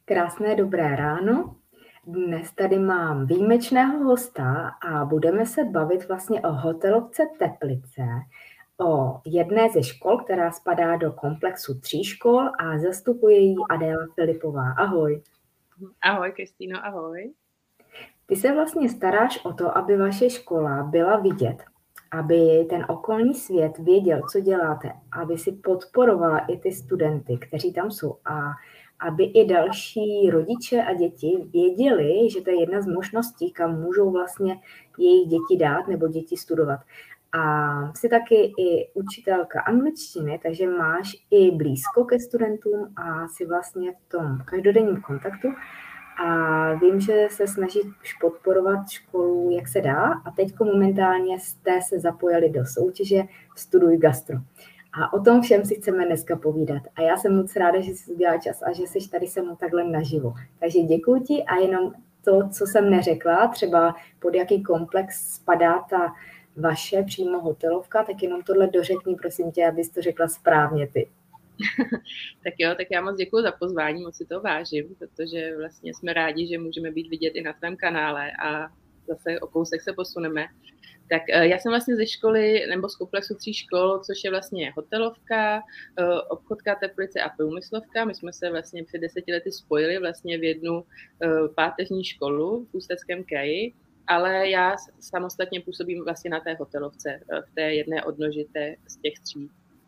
Krásné dobré ráno. Dnes tady mám výjimečného hosta a budeme se bavit vlastně o hotelovce Teplice, o jedné ze škol, která spadá do komplexu 3 škol a zastupuje ji Adéla Filipová. Ahoj. Ahoj, Kristýno, ahoj. Ty se vlastně staráš o to, aby vaše škola byla vidět, aby ten okolní svět věděl, co děláte, aby si podporovala i ty studenty, kteří tam jsou a aby i další rodiče a děti věděli, že to je jedna z možností, kam můžou vlastně jejich děti dát nebo děti studovat. A jsi taky i učitelka angličtiny, takže máš i blízko ke studentům a jsi vlastně v tom každodenním kontaktu. A vím, že se snažíš podporovat školu, jak se dá. A teď momentálně jste se zapojili do soutěže Studuj gastro. A o tom všem si chceme dneska povídat. A já jsem moc ráda, že jsi udělala čas a že jsi tady se mnou takhle naživo. Takže děkuji ti a jenom to, co jsem neřekla, třeba pod jaký komplex spadá ta vaše přímo hotelovka, tak jenom tohle dořekni, prosím tě, abys to řekla správně ty. Tak jo, tak já moc děkuji za pozvání, moc si to vážím, protože vlastně jsme rádi, že můžeme být vidět i na tvém kanále a zase o kousek se posuneme. Tak já jsem vlastně ze školy, nebo z komplexu 3 škol, což je vlastně hotelovka, obchodka Teplice a průmyslovka. My jsme se vlastně před 10 lety spojili vlastně v jednu páteřní školu v Ústeckém kraji, ale já samostatně působím vlastně na té hotelovce, v té jedné odnožité z těch 3.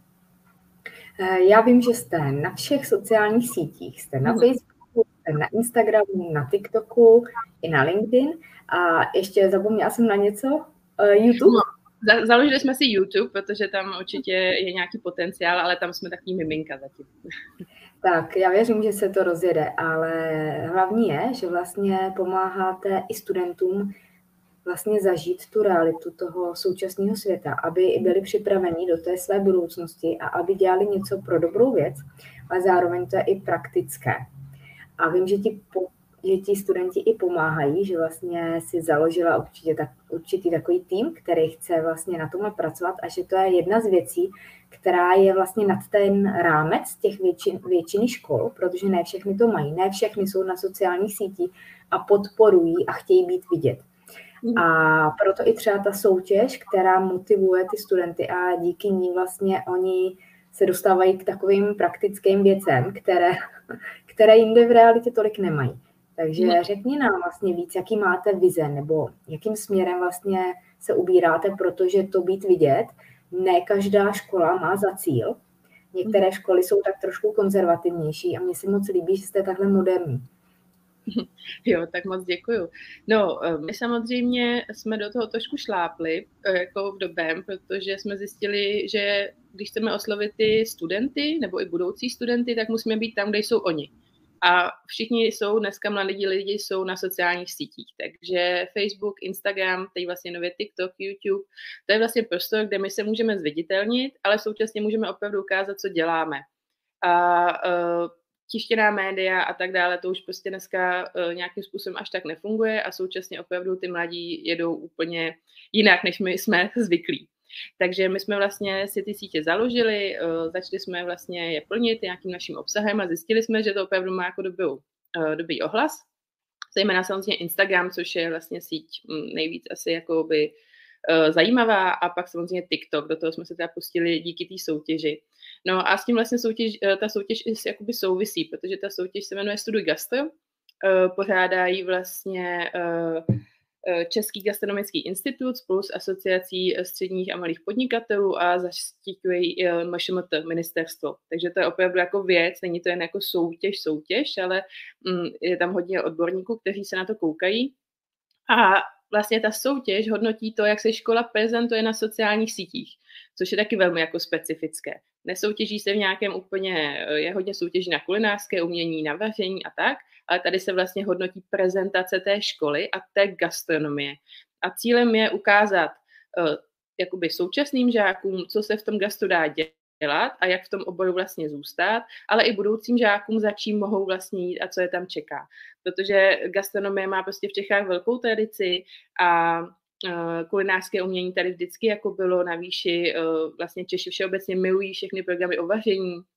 Já vím, že jste na všech sociálních sítích, jste na Facebooku, jste na Instagramu, na TikToku i na LinkedIn a ještě zapomněla jsem na něco, YouTube? No, založili jsme si YouTube, protože tam určitě je nějaký potenciál, ale tam jsme takový miminka zatím. Tak, já věřím, že se to rozjede, ale hlavní je, že vlastně pomáháte i studentům vlastně zažít tu realitu toho současného světa, aby byli připraveni do té své budoucnosti a aby dělali něco pro dobrou věc, ale zároveň to je i praktické. A vím, že ti studenti i pomáhají, že vlastně si založila určitý takový tým, který chce vlastně na tomhle pracovat a že to je jedna z věcí, která je vlastně nad ten rámec těch většiny škol, protože ne všechny to mají, ne všechny jsou na sociálních sítích a podporují a chtějí být vidět. A proto i třeba ta soutěž, která motivuje ty studenty a díky ní vlastně oni se dostávají k takovým praktickým věcem, které jinde v realitě tolik nemají. Takže řekni nám vlastně víc, jaký máte vize, nebo jakým směrem vlastně se ubíráte, protože to být vidět, ne každá škola má za cíl. Některé školy jsou tak trošku konzervativnější a mně se moc líbí, že jste takhle moderní. Jo, tak moc děkuju. No, my samozřejmě jsme do toho trošku šlápli, jako v dobém, protože jsme zjistili, že když chceme oslovit ty studenty, nebo i budoucí studenty, tak musíme být tam, kde jsou oni. A všichni jsou, dneska mladí lidi jsou na sociálních sítích, takže Facebook, Instagram, teď vlastně nově TikTok, YouTube, to je vlastně prostor, kde my se můžeme zviditelnit, ale současně můžeme opravdu ukázat, co děláme. A tištěná média a tak dále, to už prostě dneska nějakým způsobem až tak nefunguje a současně opravdu ty mladí jedou úplně jinak, než my jsme zvyklí. Takže my jsme vlastně si ty sítě založili, začali jsme vlastně je plnit nějakým naším obsahem a zjistili jsme, že to opravdu má jako dobrý ohlas. Zejména samozřejmě Instagram, což je vlastně síť nejvíc asi jakoby zajímavá a pak samozřejmě TikTok, do toho jsme se teda pustili díky té soutěži. No a s tím vlastně ta soutěž jakoby souvisí, protože ta soutěž se jmenuje Studuj gastro, pořádají vlastně Český gastronomický institut spolu s asociací středních a malých podnikatelů a zaštiťují MŠMT, ministerstvo. Takže to je opravdu jako věc, není to jen jako soutěž, ale je tam hodně odborníků, kteří se na to koukají. A vlastně ta soutěž hodnotí to, jak se škola prezentuje na sociálních sítích, což je taky velmi jako specifické. Nesoutěží se v nějakém úplně, je hodně soutěží na kulinářské umění, na vaření a tak, ale tady se vlastně hodnotí prezentace té školy a té gastronomie. A cílem je ukázat jakoby současným žákům, co se v tom gastru dá dělat a jak v tom oboru vlastně zůstat, ale i budoucím žákům, za čím mohou vlastně jít a co je tam čeká. Protože gastronomie má prostě v Čechách velkou tradici a kulinářské umění tady vždycky jako bylo na výši, vlastně Češi všeobecně milují všechny programy o vaření,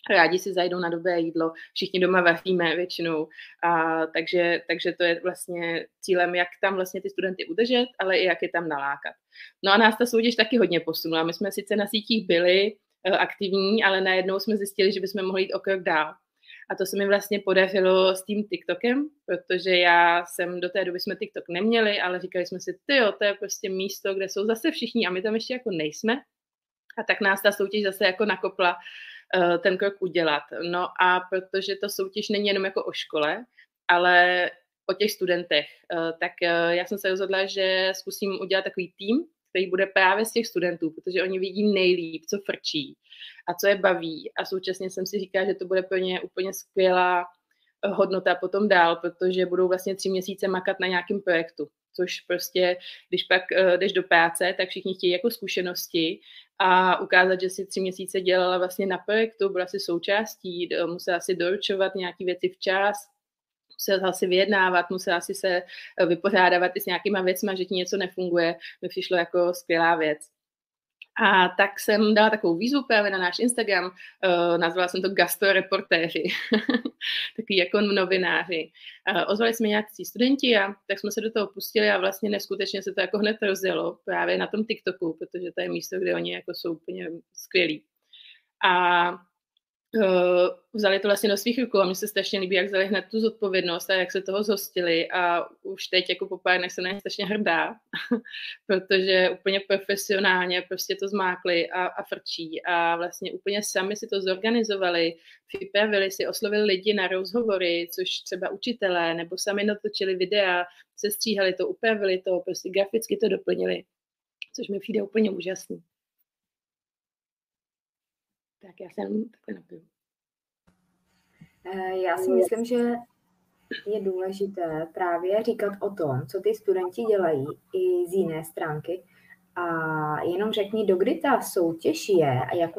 rádi si zajdou na dobré jídlo, všichni doma vaříme většinou, takže to je vlastně cílem, jak tam vlastně ty studenty udržet, ale i jak je tam nalákat. No a nás ta soutěž taky hodně posunula. My jsme sice na sítích byli aktivní, ale najednou jsme zjistili, že bychom mohli jít o krok dál. A to se mi vlastně podařilo s tím TikTokem, protože já jsem do té doby jsme TikTok neměli, ale říkali jsme si, tyjo, to je prostě místo, kde jsou zase všichni a my tam ještě jako nejsme. A tak nás ta soutěž zase jako nakopla ten krok udělat. No a protože to soutěž není jenom jako o škole, ale o těch studentech, tak já jsem se rozhodla, že zkusím udělat takový tým, který bude právě z těch studentů, protože oni vidí nejlíp, co frčí a co je baví. A současně jsem si říkala, že to bude pro ně úplně skvělá hodnota potom dál, protože budou vlastně 3 měsíce makat na nějakém projektu, což prostě, když pak jdeš do práce, tak všichni chtějí jako zkušenosti a ukázat, že si 3 měsíce dělala vlastně na projektu, byla si součástí, musela si doručovat nějaké věci včas, musela si vyjednávat, musela si se vypořádávat i s nějakýma věcma, že ti něco nefunguje, mi přišlo jako skvělá věc. A tak jsem dala takovou výzvu právě na náš Instagram, nazvala jsem to gastroreportéři, takový jako novináři. Ozvali jsme nějaký studenti a tak jsme se do toho pustili a vlastně neskutečně se to jako hned rozjelo právě na tom TikToku, protože to je místo, kde oni jako jsou úplně skvělí. A vzali to vlastně do svých rukou a mně se strašně líbí, jak vzali hned tu zodpovědnost a jak se toho zhostili a už teď jako po pár dnech jsem na ně strašně hrdá, protože úplně profesionálně prostě to zmákli a frčí a vlastně úplně sami si to zorganizovali, připravili si, oslovili lidi na rozhovory, což třeba učitelé, nebo sami natočili videa, sestříhali to, upravili to, prostě graficky to doplnili, což mi přijde úplně úžasný. Tak já jsem takhle napiju. Já si myslím, že je důležité právě říkat o tom, co ty studenti dělají i z jiné stránky. A jenom řekni, dokdy ta soutěž je a jak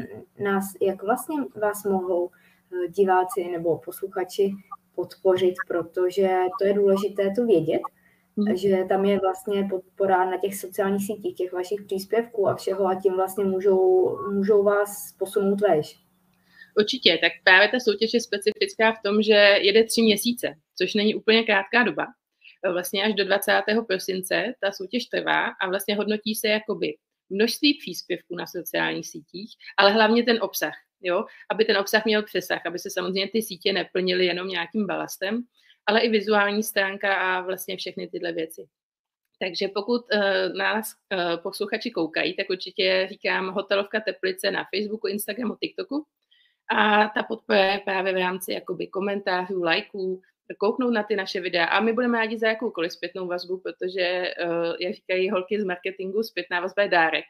vlastně vás mohou diváci nebo posluchači podpořit, protože to je důležité to vědět, že tam je vlastně podpora na těch sociálních sítích, těch vašich příspěvků a všeho a tím vlastně můžou vás posunout vejš. Určitě, tak právě ta soutěž je specifická v tom, že jede 3 měsíce, což není úplně krátká doba. Vlastně až do 20. prosince ta soutěž trvá a vlastně hodnotí se jakoby množství příspěvků na sociálních sítích, ale hlavně ten obsah, jo? Aby ten obsah měl přesah, aby se samozřejmě ty sítě neplnily jenom nějakým balastem, ale i vizuální stránka a vlastně všechny tyhle věci. Takže pokud nás posluchači koukají, tak určitě říkám Hotelovka Teplice na Facebooku, Instagramu, TikToku. A ta podpora je právě v rámci jakoby komentářů, lajků, kouknout na ty naše videa. A my budeme rádi za jakoukoliv zpětnou vazbu, protože, jak říkají holky z marketingu, zpětná vazba je dárek.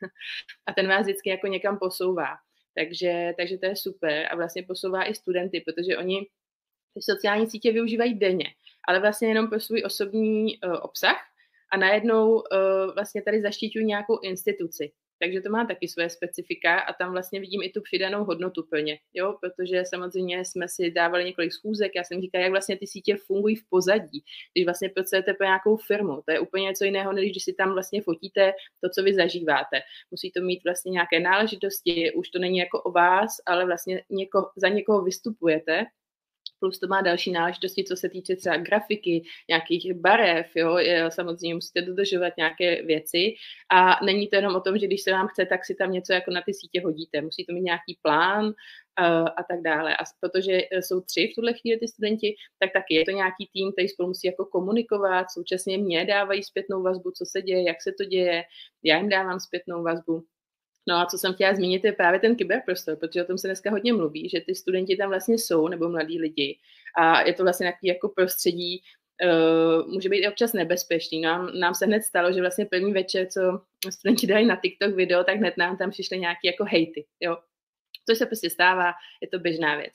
A ten vás vždycky jako někam posouvá. Takže to je super. A vlastně posouvá i studenty, protože oni ty sociální sítě využívají denně, ale vlastně jenom pro svůj osobní obsah a najednou vlastně tady zaštiťují nějakou instituci. Takže to má taky své specifika a tam vlastně vidím i tu přidanou hodnotu pro ně, jo? Protože samozřejmě jsme si dávali několik schůzek, já jsem říkala, jak vlastně ty sítě fungují v pozadí, když vlastně pracujete pro nějakou firmu, to je úplně něco jiného, než když si tam vlastně fotíte to, co vy zažíváte. Musí to mít vlastně nějaké náležitosti, už to není jako o vás, ale vlastně za někoho vystupujete, plus to má další náležitosti, co se týče třeba grafiky, nějakých barev, jo, samozřejmě musíte dodržovat nějaké věci a není to jenom o tom, že když se vám chce, tak si tam něco jako na ty sítě hodíte, musí to mít nějaký plán a tak dále. A protože jsou 3 v tuhle chvíli ty studenti, tak taky je to nějaký tým, který spolu musí jako komunikovat, současně mě dávají zpětnou vazbu, co se děje, jak se to děje, já jim dávám zpětnou vazbu. No a co jsem chtěla zmínit, je právě ten kyberprostor, protože o tom se dneska hodně mluví, že ty studenti tam vlastně jsou, nebo mladí lidi. A je to vlastně nějaký jako prostředí, může být i občas nebezpečný. Nám se hned stalo, že vlastně první večer, co studenti dají na TikTok video, tak hned nám tam přišly nějaké jako hejty, jo. Což se prostě stává, je to běžná věc.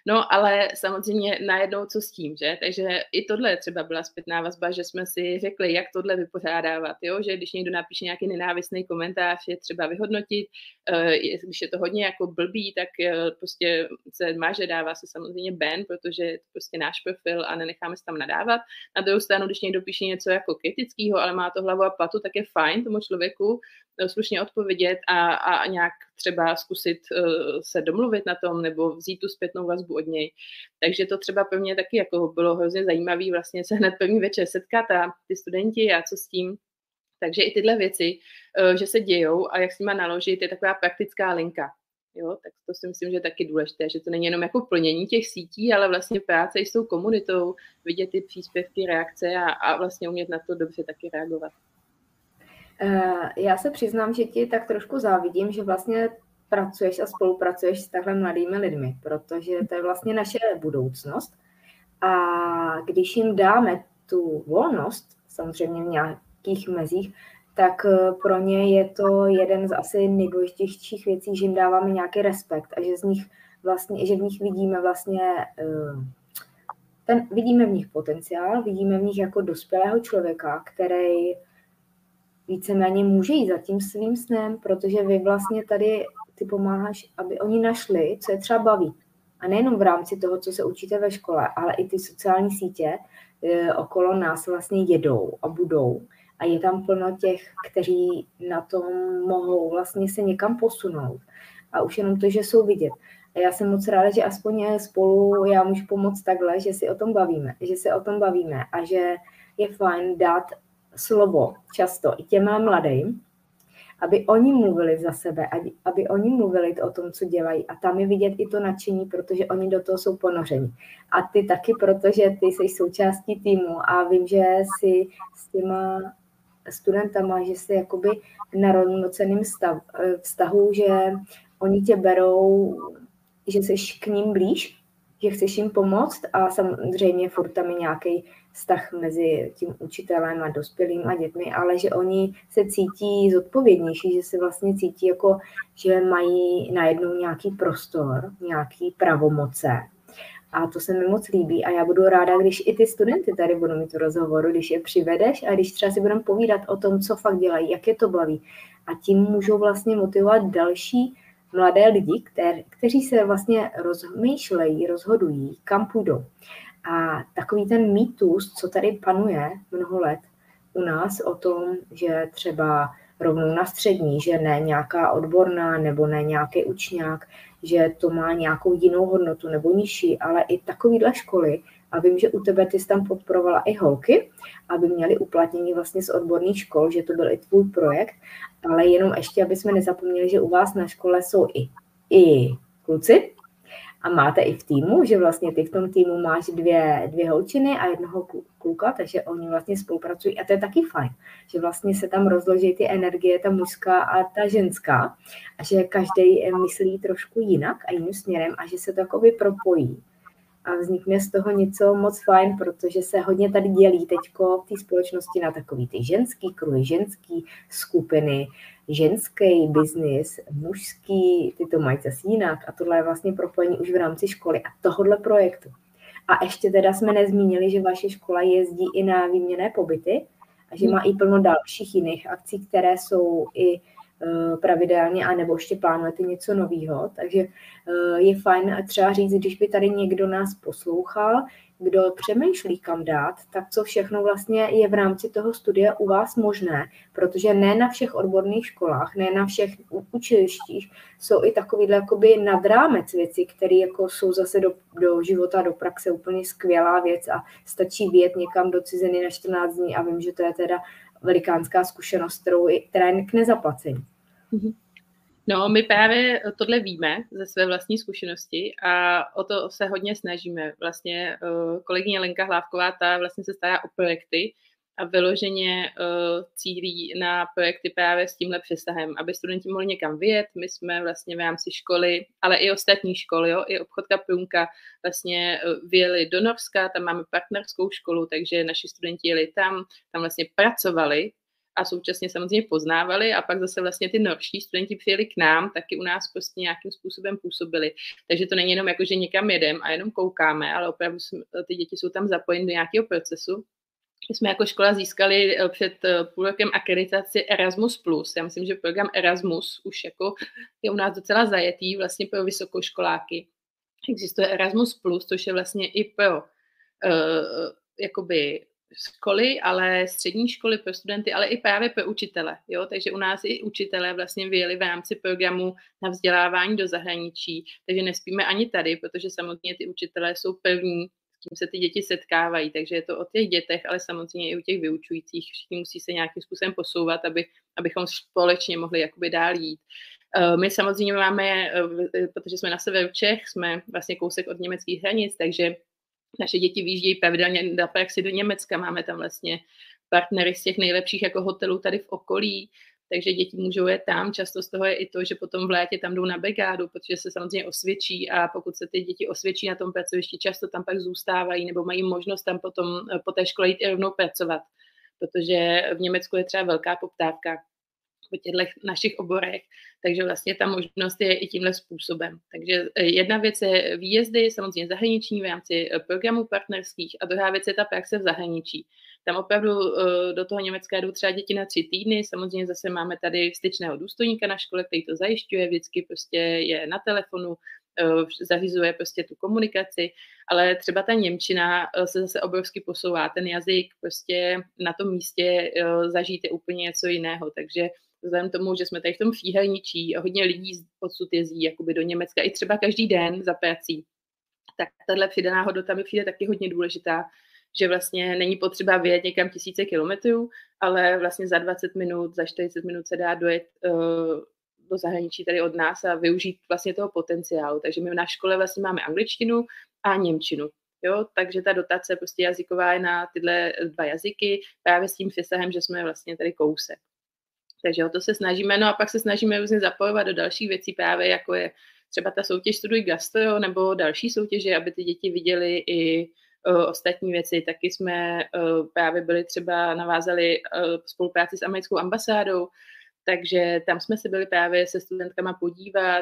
No, ale samozřejmě najednou co s tím, že? Takže i tohle třeba byla zpětná vazba, že jsme si řekli, jak tohle vypořádávat, jo? Že když někdo napíše nějaký nenávistný komentář, je třeba vyhodnotit, když je to hodně jako blbý, tak prostě se maže, dává se samozřejmě ban, protože je to prostě náš profil a nenecháme se tam nadávat. Na druhou stranu, když někdo píše něco jako kritického, ale má to hlavu a patu, tak je fajn tomu člověku slušně odpovědět a nějak třeba zkusit se domluvit na tom nebo vzít tu zpětnou vazbu od něj. Takže to třeba pro mě taky jako bylo hrozně zajímavé vlastně se hned první večer setkat a ty studenti a co s tím. Takže i tyhle věci, že se dějou a jak s nima naložit, je taková praktická linka. Jo, tak to si myslím, že je taky důležité, že to není jenom jako plnění těch sítí, ale vlastně práce i s tou komunitou, vidět ty příspěvky, reakce a vlastně umět na to dobře taky reagovat. Já se přiznám, že ti tak trošku závidím, že vlastně pracuješ a spolupracuješ s takhle mladými lidmi, protože to je vlastně naše budoucnost. A když jim dáme tu volnost, samozřejmě v nějakých mezích, tak pro ně je to jeden z asi nejdůležitějších věcí, že jim dáváme nějaký respekt a že z nich vlastně, že v nich vidíme vlastně vidíme v nich potenciál, vidíme v nich jako dospělého člověka, který víceméně může jít za tím svým snem, protože vy vlastně tady ty pomáháš, aby oni našli, co je třeba baví. A nejenom v rámci toho, co se učíte ve škole, ale i ty sociální sítě okolo nás vlastně jedou a budou. A je tam plno těch, kteří na tom mohou vlastně se někam posunout. A už jenom to, že jsou vidět. A já jsem moc ráda, že aspoň spolu já můžu pomoct takhle, že si o tom bavíme, a že je fajn dát slovo často i těm mladým, aby oni mluvili za sebe, aby oni mluvili o tom, co dělají. A tam je vidět i to nadšení, protože oni do toho jsou ponořeni. A ty taky, protože ty jsi součástí týmu a vím, že si s těma studentama, že jsi jakoby na rovnocenném vztahu, že oni tě berou, že jsi k ním blíž, že chceš jim pomoct a samozřejmě furt tam je nějaký vztah mezi tím učitelem a dospělým a dětmi, ale že oni se cítí zodpovědnější, že se vlastně cítí jako, že mají najednou nějaký prostor, nějaký pravomoce. A to se mi moc líbí a já budu ráda, když i ty studenty tady budou mít rozhovoru, když je přivedeš a když třeba si budeme povídat o tom, co fakt dělají, jak je to baví. A tím můžou vlastně motivovat další mladé lidi, kteří se vlastně rozhodují, kam půjdou. A takový ten mýtus, co tady panuje mnoho let u nás o tom, že třeba rovnou na střední, že ne nějaká odborná nebo ne nějaký učňák, že to má nějakou jinou hodnotu nebo nižší, ale i takovýhle školy. A vím, že u tebe ty jsi tam podporovala i holky, aby měly uplatnění vlastně z odborných škol, že to byl i tvůj projekt, ale jenom ještě, aby jsme nezapomněli, že u vás na škole jsou i kluci a máte i v týmu, že vlastně ty v tom týmu máš dvě holčiny a jednoho kluka, takže oni vlastně spolupracují a to je taky fajn, že vlastně se tam rozloží ty energie, ta mužská a ta ženská a že každý myslí trošku jinak a jiným směrem a že se to jakoby propojí. A vznikne z toho něco moc fajn, protože se hodně tady dělí teďko v té společnosti na takový ty ženský kruhy, ženský skupiny, ženský biznis, mužský, ty to mají zase jinak a tohle je vlastně propojení už v rámci školy a tohohle projektu. A ještě teda jsme nezmínili, že vaše škola jezdí i na výměnné pobyty a že má i plno dalších jiných akcí, které jsou i pravidelně, anebo ještě plánujete něco nového. Takže je fajn třeba říct, když by tady někdo nás poslouchal, kdo přemýšlí kam dát, tak co všechno vlastně je v rámci toho studia u vás možné, protože ne na všech odborných školách, ne na všech učilištích jsou i takovýhle jakoby nad rámec věci, které jako jsou zase do života, do praxe úplně skvělá věc a stačí vyjet někam do ciziny na 14 dní a vím, že to je teda velikánská zkušenost, která je k nezaplacení. No, my právě tohle víme ze své vlastní zkušenosti a o to se hodně snažíme. Vlastně kolegyně Lenka Hlávková, ta vlastně se stará o projekty a vyloženě cílí na projekty právě s tímhle přesahem, aby studenti mohli někam vyjet. My jsme vlastně v rámci školy, ale i ostatní školy, jo, i obchodka Průmka vlastně vyjeli do Norska, tam máme partnerskou školu, takže naši studenti jeli tam vlastně pracovali a současně samozřejmě poznávali a pak zase vlastně ty norští studenti přijeli k nám, taky u nás prostě nějakým způsobem působili. Takže to není jenom jako, že někam jedem a jenom koukáme, ale opravdu ty děti jsou tam zapojeny do nějakého procesu. My jsme jako škola získali před půl rokem akreditaci Erasmus+. Já myslím, že program Erasmus už jako je u nás docela zajetý vlastně pro vysokoškoláky. Existuje Erasmus+, což je vlastně i pro jakoby školy, ale střední školy pro studenty, ale i právě pro učitele. Jo? Takže u nás i učitelé vlastně vyjeli v rámci programu na vzdělávání do zahraničí, takže nespíme ani tady, protože samozřejmě ty učitelé jsou první, s tím se ty děti setkávají, takže je to o těch dětech, ale samozřejmě i u těch vyučujících. Všichni musí se nějakým způsobem posouvat, abychom společně mohli jakoby dál jít. My samozřejmě máme, protože jsme na severu Čech, jsme vlastně kousek od německých hranic, takže naše děti vyjíždějí pravidelně na praxi do Německa, máme tam vlastně partnery z těch nejlepších jako hotelů tady v okolí, takže děti můžou jet tam. Často z toho je i to, že potom v létě tam jdou na brigádu, protože se samozřejmě osvědčí a pokud se ty děti osvědčí na tom pracovišti, často tam pak zůstávají nebo mají možnost tam potom po té škole jít i rovnou pracovat, protože v Německu je třeba velká poptávka po těchto našich oborech, takže vlastně ta možnost je i tímhle způsobem. Takže jedna věc je výjezdy, samozřejmě zahraniční v rámci programů partnerských a druhá věc je ta praxe v zahraničí. Tam opravdu do toho Německa jdou třeba děti na 3 týdny, samozřejmě zase máme tady styčného důstojníka na škole, který to zajišťuje, vždycky prostě je na telefonu, zařizuje prostě tu komunikaci, ale třeba ta němčina se zase obrovsky posouvá, ten jazyk prostě na tom místě zažít je úplně něco jiného, takže vzhledem tomu, že jsme tady v tom příhraničí a hodně lidí odsud jezdí jakoby do Německa i třeba každý den za prací, tak tahle přidaná hodnota mi přijde taky hodně důležitá, že vlastně není potřeba vyjet někam tisíce kilometrů, ale vlastně za 20 minut, za 40 minut se dá dojet do zahraničí tady od nás a využít vlastně toho potenciálu. Takže my na škole vlastně máme angličtinu a němčinu. Jo, takže ta dotace prostě jazyková je na tyhle 2 jazyky právě s tím přesahem, že jsme vlastně tady kousek. Takže o to se snažíme, no a pak se snažíme různě zapojovat do dalších věcí právě, jako je třeba ta soutěž Studuj gastro nebo další soutěže, aby ty děti viděly i ostatní věci. Taky jsme právě byli třeba navázali spolupráci s americkou ambasádou, takže tam jsme se byli právě se studentkama podívat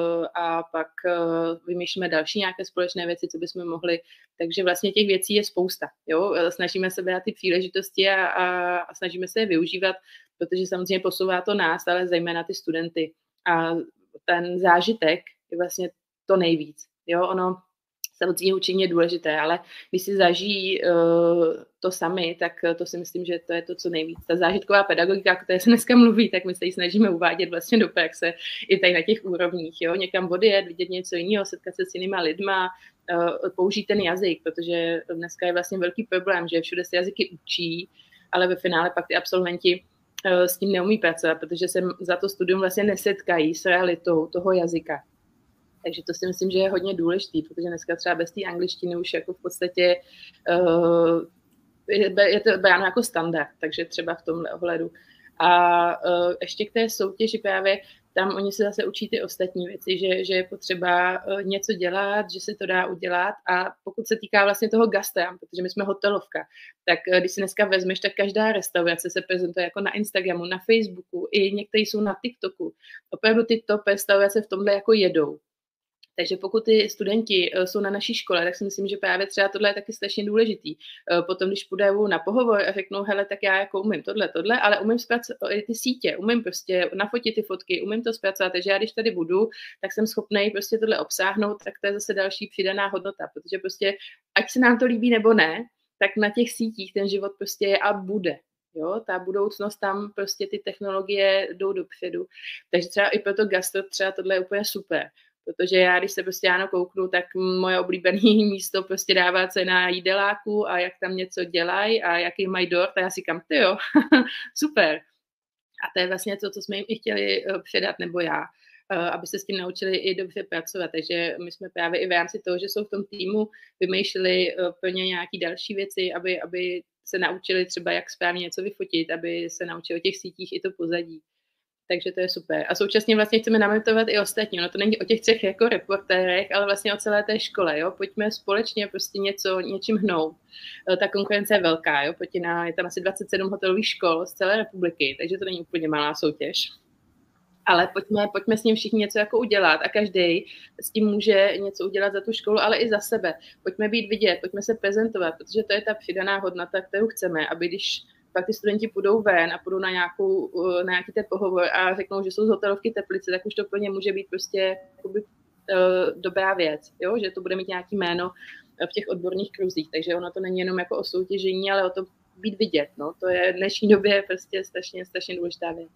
a pak vymýšlíme další nějaké společné věci, co bychom mohli. Takže vlastně těch věcí je spousta. Jo? Snažíme se brát ty příležitosti a snažíme se je využívat, protože samozřejmě posouvá to nás, ale zejména ty studenty. A ten zážitek je vlastně to nejvíc. Jo? Ono samozřejmě učení je důležité, ale když si zažijí to sami, tak to si myslím, že to je to, co nejvíc. Ta zážitková pedagogika, o které se dneska mluví, tak my se ji snažíme uvádět vlastně do praxe i tady na těch úrovních. Jo? Někam odjet, vidět něco jiného, setkat se s jinýma lidma, použít ten jazyk, protože dneska je vlastně velký problém, že všude se jazyky učí, ale ve finále pak ty absolventi s tím neumí pracovat, protože se za to studium vlastně nesetkají s realitou toho jazyka. Takže to si myslím, že je hodně důležitý, protože dneska třeba bez té angličtiny už jako v podstatě je to bráno jako standard, takže třeba v tomhle ohledu. A ještě k té soutěži právě, tam oni se zase učí ty ostatní věci, že je potřeba něco dělat, že se to dá udělat a pokud se týká vlastně toho gastra, protože my jsme hotelovka, tak když si dneska vezmeš, tak každá restaurace se prezentuje jako na Instagramu, na Facebooku, i některé jsou na TikToku. Opravdu ty top restaurace v tomhle jako jedou. Takže pokud ty studenti jsou na naší škole, tak si myslím, že právě třeba tohle je taky strašně důležitý. Potom, když půjdou na pohovor a řeknou, hele, tak já jako umím tohle, ale umím zpracovat ty sítě, umím prostě nafotit ty fotky, umím to zpracovat, takže já když tady budu, tak jsem schopnej prostě tohle obsáhnout, tak to je zase další přidaná hodnota, protože prostě, ať se nám to líbí nebo ne, tak na těch sítích ten život prostě je a bude. Jo, ta budoucnost tam prostě ty technologie jdou dopředu. Takže třeba i pro to gastro třeba tohle je úplně super. Protože já, když se prostě ráno kouknu, tak moje oblíbené místo prostě dává cena jídeláku a jak tam něco dělají a jaký mají dort a já si říkám, tyjo, super. A to je vlastně to, co jsme jim i chtěli předat, nebo já, aby se s tím naučili i dobře pracovat. Takže my jsme právě i v rámci toho, že jsou v tom týmu, vymýšleli pro ně nějaké další věci, aby se naučili třeba, jak správně něco vyfotit, aby se naučili o těch sítích i to pozadí. Takže to je super. A současně vlastně chceme namotivovat i ostatní. No to není o těch 3 jako reportérech, ale vlastně o celé té škole, jo. Pojďme společně prostě něčím hnout. Ta konkurence je velká, jo. Je tam asi 27 hotelových škol z celé republiky, takže to není úplně malá soutěž. Ale pojďme s ním všichni něco jako udělat a každý s tím může něco udělat za tu školu, ale i za sebe. Pojďme být vidět, pojďme se prezentovat, protože to je ta přidaná hodnota, kterou chceme, aby když pak ty studenti půjdou ven a půjdou na nějaký ten pohovor a řeknou, že jsou z hotelovky Teplice, tak už to pro ně může být prostě jakoby, dobrá věc, jo? Že to bude mít nějaký jméno v těch odborných kruzích, takže ono to není jenom jako o soutěžení, ale o to být vidět, no? To je v dnešní době prostě strašně důležitá věc.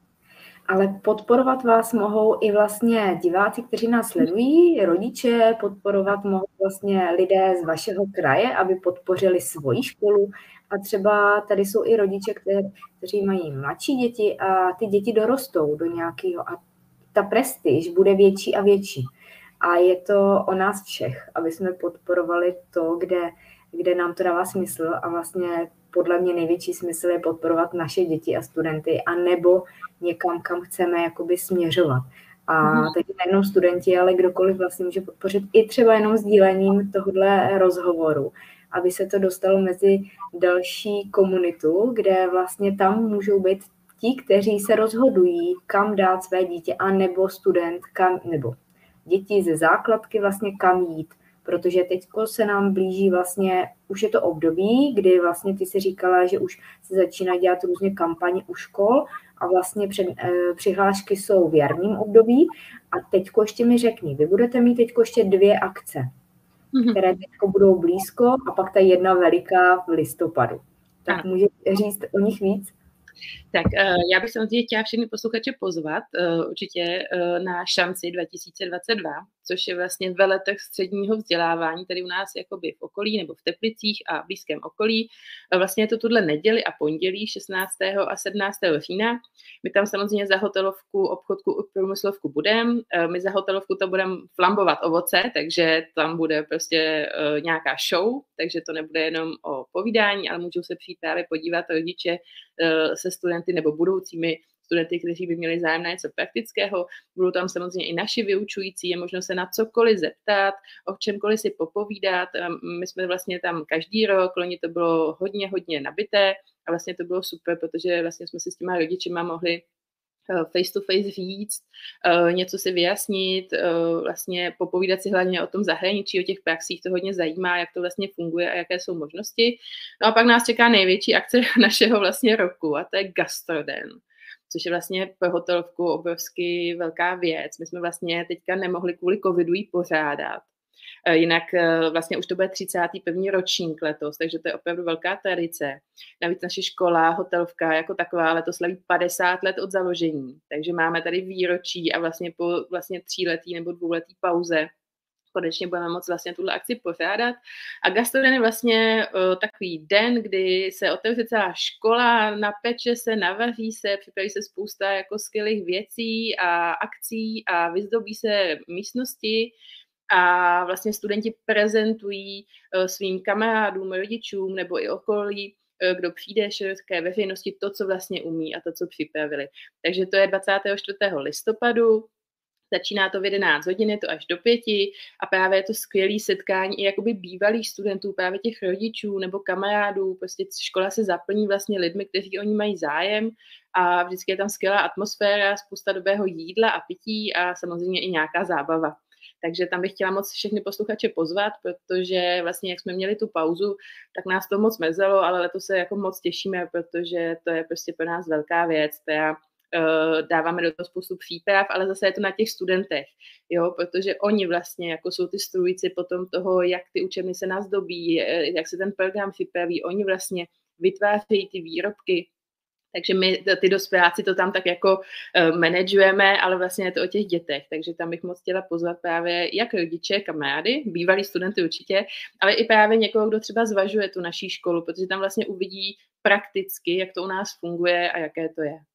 Ale podporovat vás mohou i vlastně diváci, kteří nás sledují, rodiče, podporovat mohou vlastně lidé z vašeho kraje, aby podpořili svoji školu. A třeba tady jsou i rodiče, kteří mají mladší děti a ty děti dorostou do nějakého a ta prestiž bude větší a větší. A je to o nás všech, aby jsme podporovali to, kde nám to dává smysl a vlastně podle mě největší smysl je podporovat naše děti a studenty a nebo někam, kam chceme jakoby směřovat. A takže nejenom studenti, ale kdokoliv vlastně může podpořit i třeba jenom sdílením tohohle rozhovoru, aby se to dostalo mezi další komunitu, kde vlastně tam můžou být ti, kteří se rozhodují, kam dát své dítě, a nebo student, nebo děti ze základky vlastně kam jít. Protože teď se nám blíží vlastně, už je to období, kdy vlastně ty si říkala, že už se začíná dělat různě kampaně u škol a vlastně přihlášky jsou v jarním období. A teďko ještě mi řekni, vy budete mít teďko ještě 2 akce, které teďko budou blízko a pak ta jedna veliká v listopadu. Tak můžeš říct o nich víc? Tak já bych samozřejmě chtěla všechny posluchače pozvat určitě na Šanci 2022, což je vlastně veletrh středního vzdělávání tady u nás jakoby v okolí nebo v Teplicích a blízkém okolí. Vlastně je to tuhle neděli a pondělí 16. a 17. října. My tam samozřejmě za hotelovku, obchodku i průmyslovku budeme. My za hotelovku to budeme flambovat ovoce, takže tam bude prostě nějaká show, takže to nebude jenom o povídání, ale můžou se přijít právě podívat rodiče se studenty nebo budoucími studenty, kteří by měli zájem na něco praktického. Budou tam samozřejmě i naši vyučující, je možno se na cokoliv zeptat, o čemkoliv si popovídat. My jsme vlastně tam každý rok, loni to bylo hodně nabité a vlastně to bylo super, protože vlastně jsme si s těma rodičima mohli face to face říct, něco si vyjasnit, vlastně popovídat si hlavně o tom zahraničí, o těch praxích, to hodně zajímá, jak to vlastně funguje a jaké jsou možnosti. No a pak nás čeká největší akce našeho vlastně roku a to je Gastroden, což je vlastně pro hotelovku obrovsky velká věc. My jsme vlastně teďka nemohli kvůli covidu ji pořádat. Jinak vlastně už to bude 31. ročník letos, takže to je opravdu velká tradice. Navíc naše škola, hotelovka jako taková letos slaví 50 let od založení, takže máme tady výročí a vlastně po 3letý nebo 2letý pauze konečně budeme moct vlastně tuhle akci pořádat. A Gastroden je vlastně takový den, kdy se otevře celá škola, napeče se, navaří se, připraví se spousta jako skvělých věcí a akcí a vyzdobí se místnosti, a vlastně studenti prezentují svým kamarádům, rodičům nebo i okolí, kdo přijde, široké veřejnosti, to, co vlastně umí a to, co připravili. Takže to je 24. listopadu, začíná to v 11 hodin, je to až do 5 a právě je to skvělé setkání i jakoby bývalých studentů, právě těch rodičů nebo kamarádů, prostě škola se zaplní vlastně lidmi, kteří o ní mají zájem a vždycky je tam skvělá atmosféra, spousta dobrého jídla a pití a samozřejmě i nějaká zábava. Takže tam bych chtěla moc všechny posluchače pozvat, protože vlastně jak jsme měli tu pauzu, tak nás to moc mrzelo, ale letos se jako moc těšíme, protože to je prostě pro nás velká věc, která dáváme do toho spoustu příprav, ale zase je to na těch studentech, jo, protože oni vlastně jako jsou ty strůjci potom toho, jak ty učebny se nazdobí, jak se ten program připraví, oni vlastně vytvářejí ty výrobky. Takže my, ty dospěláci, to tam tak jako manažujeme, ale vlastně je to o těch dětech. Takže tam bych moc chtěla pozvat právě jak rodiče, kamarády, bývalí studenty určitě, ale i právě někoho, kdo třeba zvažuje tu naší školu, protože tam vlastně uvidí prakticky, jak to u nás funguje a jaké to je.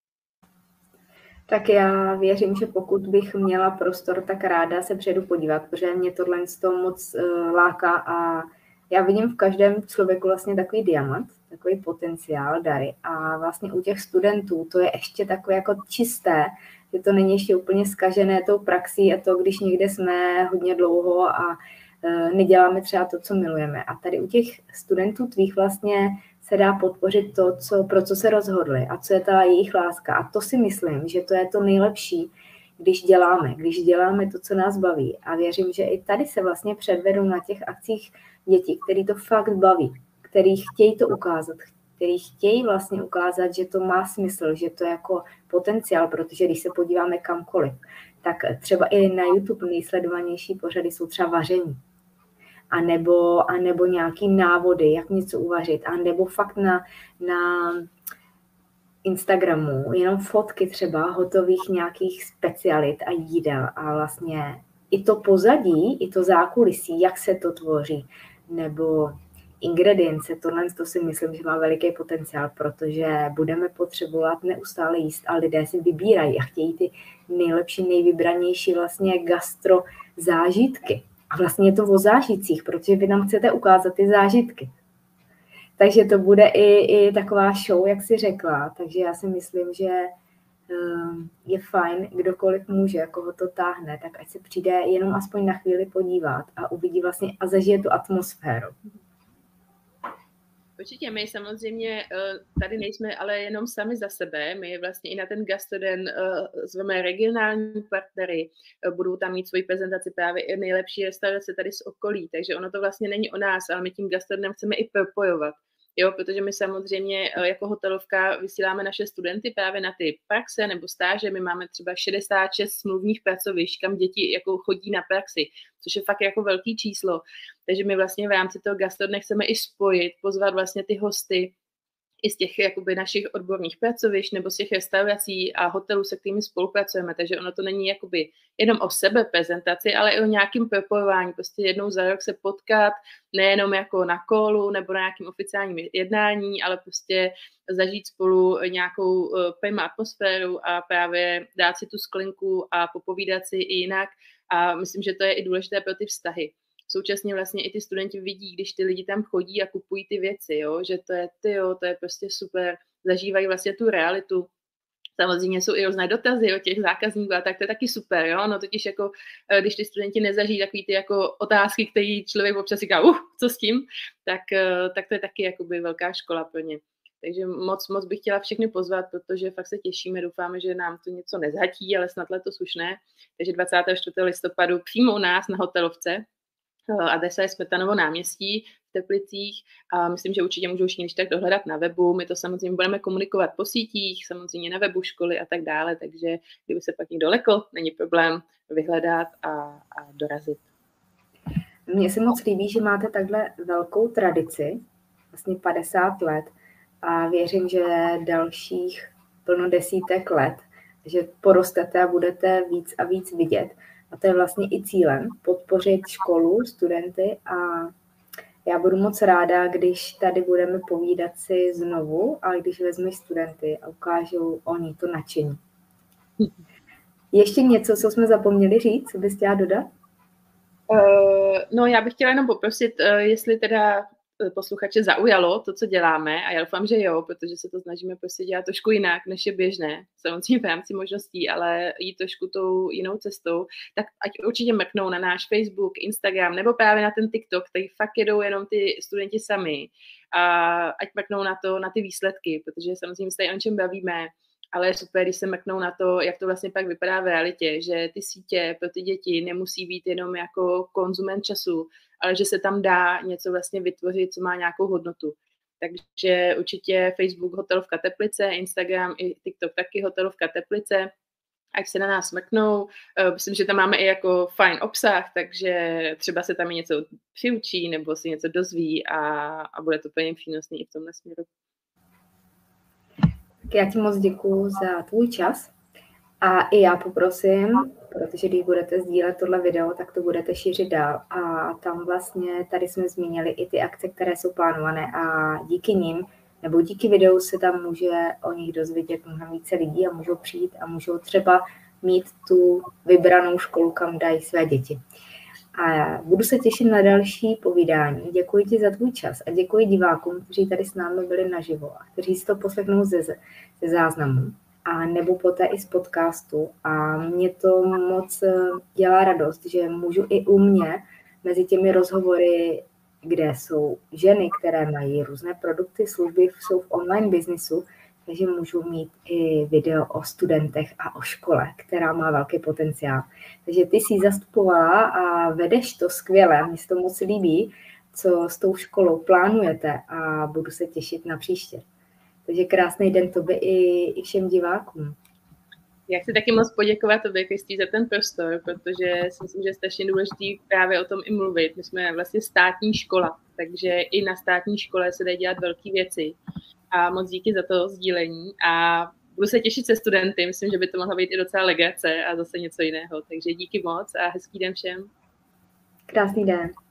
Tak já věřím, že pokud bych měla prostor, tak ráda se přijedu podívat, protože mě tohle moc láká a já vidím v každém člověku vlastně takový diamant. takový potenciál, dary. A vlastně u těch studentů to je ještě takové jako čisté, že to není ještě úplně zkažené tou praxí a to, když někde jsme hodně dlouho a neděláme třeba to, co milujeme. A tady u těch studentů tvých vlastně se dá podpořit to, pro co se rozhodli a co je ta jejich láska. A to si myslím, že to je to nejlepší, když děláme to, co nás baví. A věřím, že i tady se vlastně předvedou na těch akcích děti, který to fakt baví, který chtějí to ukázat, který chtějí vlastně ukázat, že to má smysl, že to je jako potenciál, protože když se podíváme kamkoliv, tak třeba i na YouTube nejsledovanější pořady jsou třeba vaření. A nebo nějaký návody, jak něco uvařit, a nebo fakt na Instagramu jenom fotky třeba hotových nějakých specialit a jídel a vlastně i to pozadí, i to zákulisí, jak se to tvoří, nebo ingredience, to si myslím, že má veliký potenciál, protože budeme potřebovat neustále jíst a lidé si vybírají a chtějí ty nejlepší, nejvybranější vlastně gastro zážitky. A vlastně je to o zážitcích, protože vy nám chcete ukázat ty zážitky. Takže to bude i taková show, jak jsi řekla. Takže já si myslím, že je fajn, kdokoliv může, koho to táhne, tak ať se přijde jenom aspoň na chvíli podívat a uvidí vlastně a zažije tu atmosféru. Určitě, my samozřejmě tady nejsme ale jenom sami za sebe, my vlastně i na ten Gastroden zveme regionální partnery, budou tam mít svoji prezentaci právě i nejlepší restaurace tady z okolí, takže ono to vlastně není o nás, ale my tím Gastrodenem chceme i propojovat. Jo, protože my samozřejmě jako hotelovka vysíláme naše studenty právě na ty praxe nebo stáže. My máme třeba 66 smluvních pracovišť, kam děti jako chodí na praxi, což je fakt jako velký číslo. Takže my vlastně v rámci toho Gastrodne chceme i spojit, pozvat vlastně ty hosty i z těch jakoby našich odborných pracovišť nebo z těch restaurací a hotelů, se kterými spolupracujeme. Takže ono to není jakoby jenom o sebe prezentaci, ale i o nějakým propojování. Prostě jednou za rok se potkat, nejenom jako na kolu nebo na nějakým oficiálním jednání, ale prostě zažít spolu nějakou prima atmosféru a právě dát si tu sklinku a popovídat si i jinak. A myslím, že to je i důležité pro ty vztahy. Současně vlastně i ty studenti vidí, když ty lidi tam chodí a kupují ty věci, jo, že to je prostě super, zažívají vlastně tu realitu. Samozřejmě jsou i různé dotazy od těch zákazníků a tak to je taky super, jo, no totiž jako, když ty studenti nezažijí takový ty jako otázky, které člověk občas říká, co s tím, tak to je taky jakoby velká škola pro ně. Takže moc bych chtěla všechny pozvat, protože fakt se těšíme, doufáme, že nám to něco nezhatí, ale snad letos už ne. Takže 24. listopadu přímo u nás na hotelovce, adresa je Smetanovo náměstí v Teplicích a myslím, že určitě můžou všichni tak dohledat na webu. My to samozřejmě budeme komunikovat po sítích, samozřejmě na webu školy a tak dále, takže kdyby se pak někdo lekl, není problém vyhledat a dorazit. Mně se moc líbí, že máte takhle velkou tradici, vlastně 50 let a věřím, že dalších plno desítek let, že porostete a budete víc a víc vidět. A to je vlastně i cílem, podpořit školu, studenty a já budu moc ráda, když tady budeme povídat si znovu, ale když vezmeš studenty a ukážou oni to nadšení. Ještě něco, co jsme zapomněli říct, co bys chtěla dodat? No, já bych chtěla jenom poprosit, jestli teda posluchače zaujalo to, co děláme a já doufám, že jo, protože se to snažíme prostě dělat trošku jinak, než je běžné, samozřejmě v rámci možností, ale jít trošku tou jinou cestou, tak ať určitě mrknou na náš Facebook, Instagram nebo právě na ten TikTok, který fakt jedou jenom ty studenti sami a ať mrknou na to, na ty výsledky, protože samozřejmě se tady o čem bavíme, ale je super, když se mrknou na to, jak to vlastně pak vypadá v realitě, že ty sítě pro ty děti nemusí být jenom jako konzument času, ale že se tam dá něco vlastně vytvořit, co má nějakou hodnotu. Takže určitě Facebook Hotelovka Teplice, Instagram i TikTok taky Hotelovka Teplice, ať se na nás mrknou. Myslím, že tam máme i jako fajn obsah, takže třeba se tam i něco přiučí nebo si něco dozví a bude to plně přínosný i v tomhle směru. Já ti moc děkuju za tvůj čas a i já poprosím, protože když budete sdílet tohle video, tak to budete šířit dál a tam vlastně tady jsme zmínili i ty akce, které jsou plánované a díky nim nebo díky videu se tam může o nich dozvědět mnohem více lidí a můžou přijít a můžou třeba mít tu vybranou školu, kam dají své děti. A budu se těšit na další povídání. Děkuji ti za tvůj čas a děkuji divákům, kteří tady s námi byli naživo a kteří si to poslechnou ze záznamu a nebo poté i z podcastu. A mě to moc dělá radost, že můžu i u mě mezi těmi rozhovory, kde jsou ženy, které mají různé produkty, služby, jsou v online biznisu, takže můžu mít i video o studentech a o škole, která má velký potenciál. Takže ty jsi zastupovala a vedeš to skvěle, mně se to moc líbí, co s tou školou plánujete a budu se těšit na příště. Takže krásný den tobě i všem divákům. Já chci taky moc poděkovat tobě, Kristý, za ten prostor, protože si myslím, že je strašně důležitý právě o tom i mluvit. My jsme vlastně státní škola, takže i na státní škole se dají dělat velké věci. A moc díky za to sdílení a budu se těšit se studenty. Myslím, že by to mohla být i docela legrace a zase něco jiného. Takže díky moc a hezký den všem. Krásný den.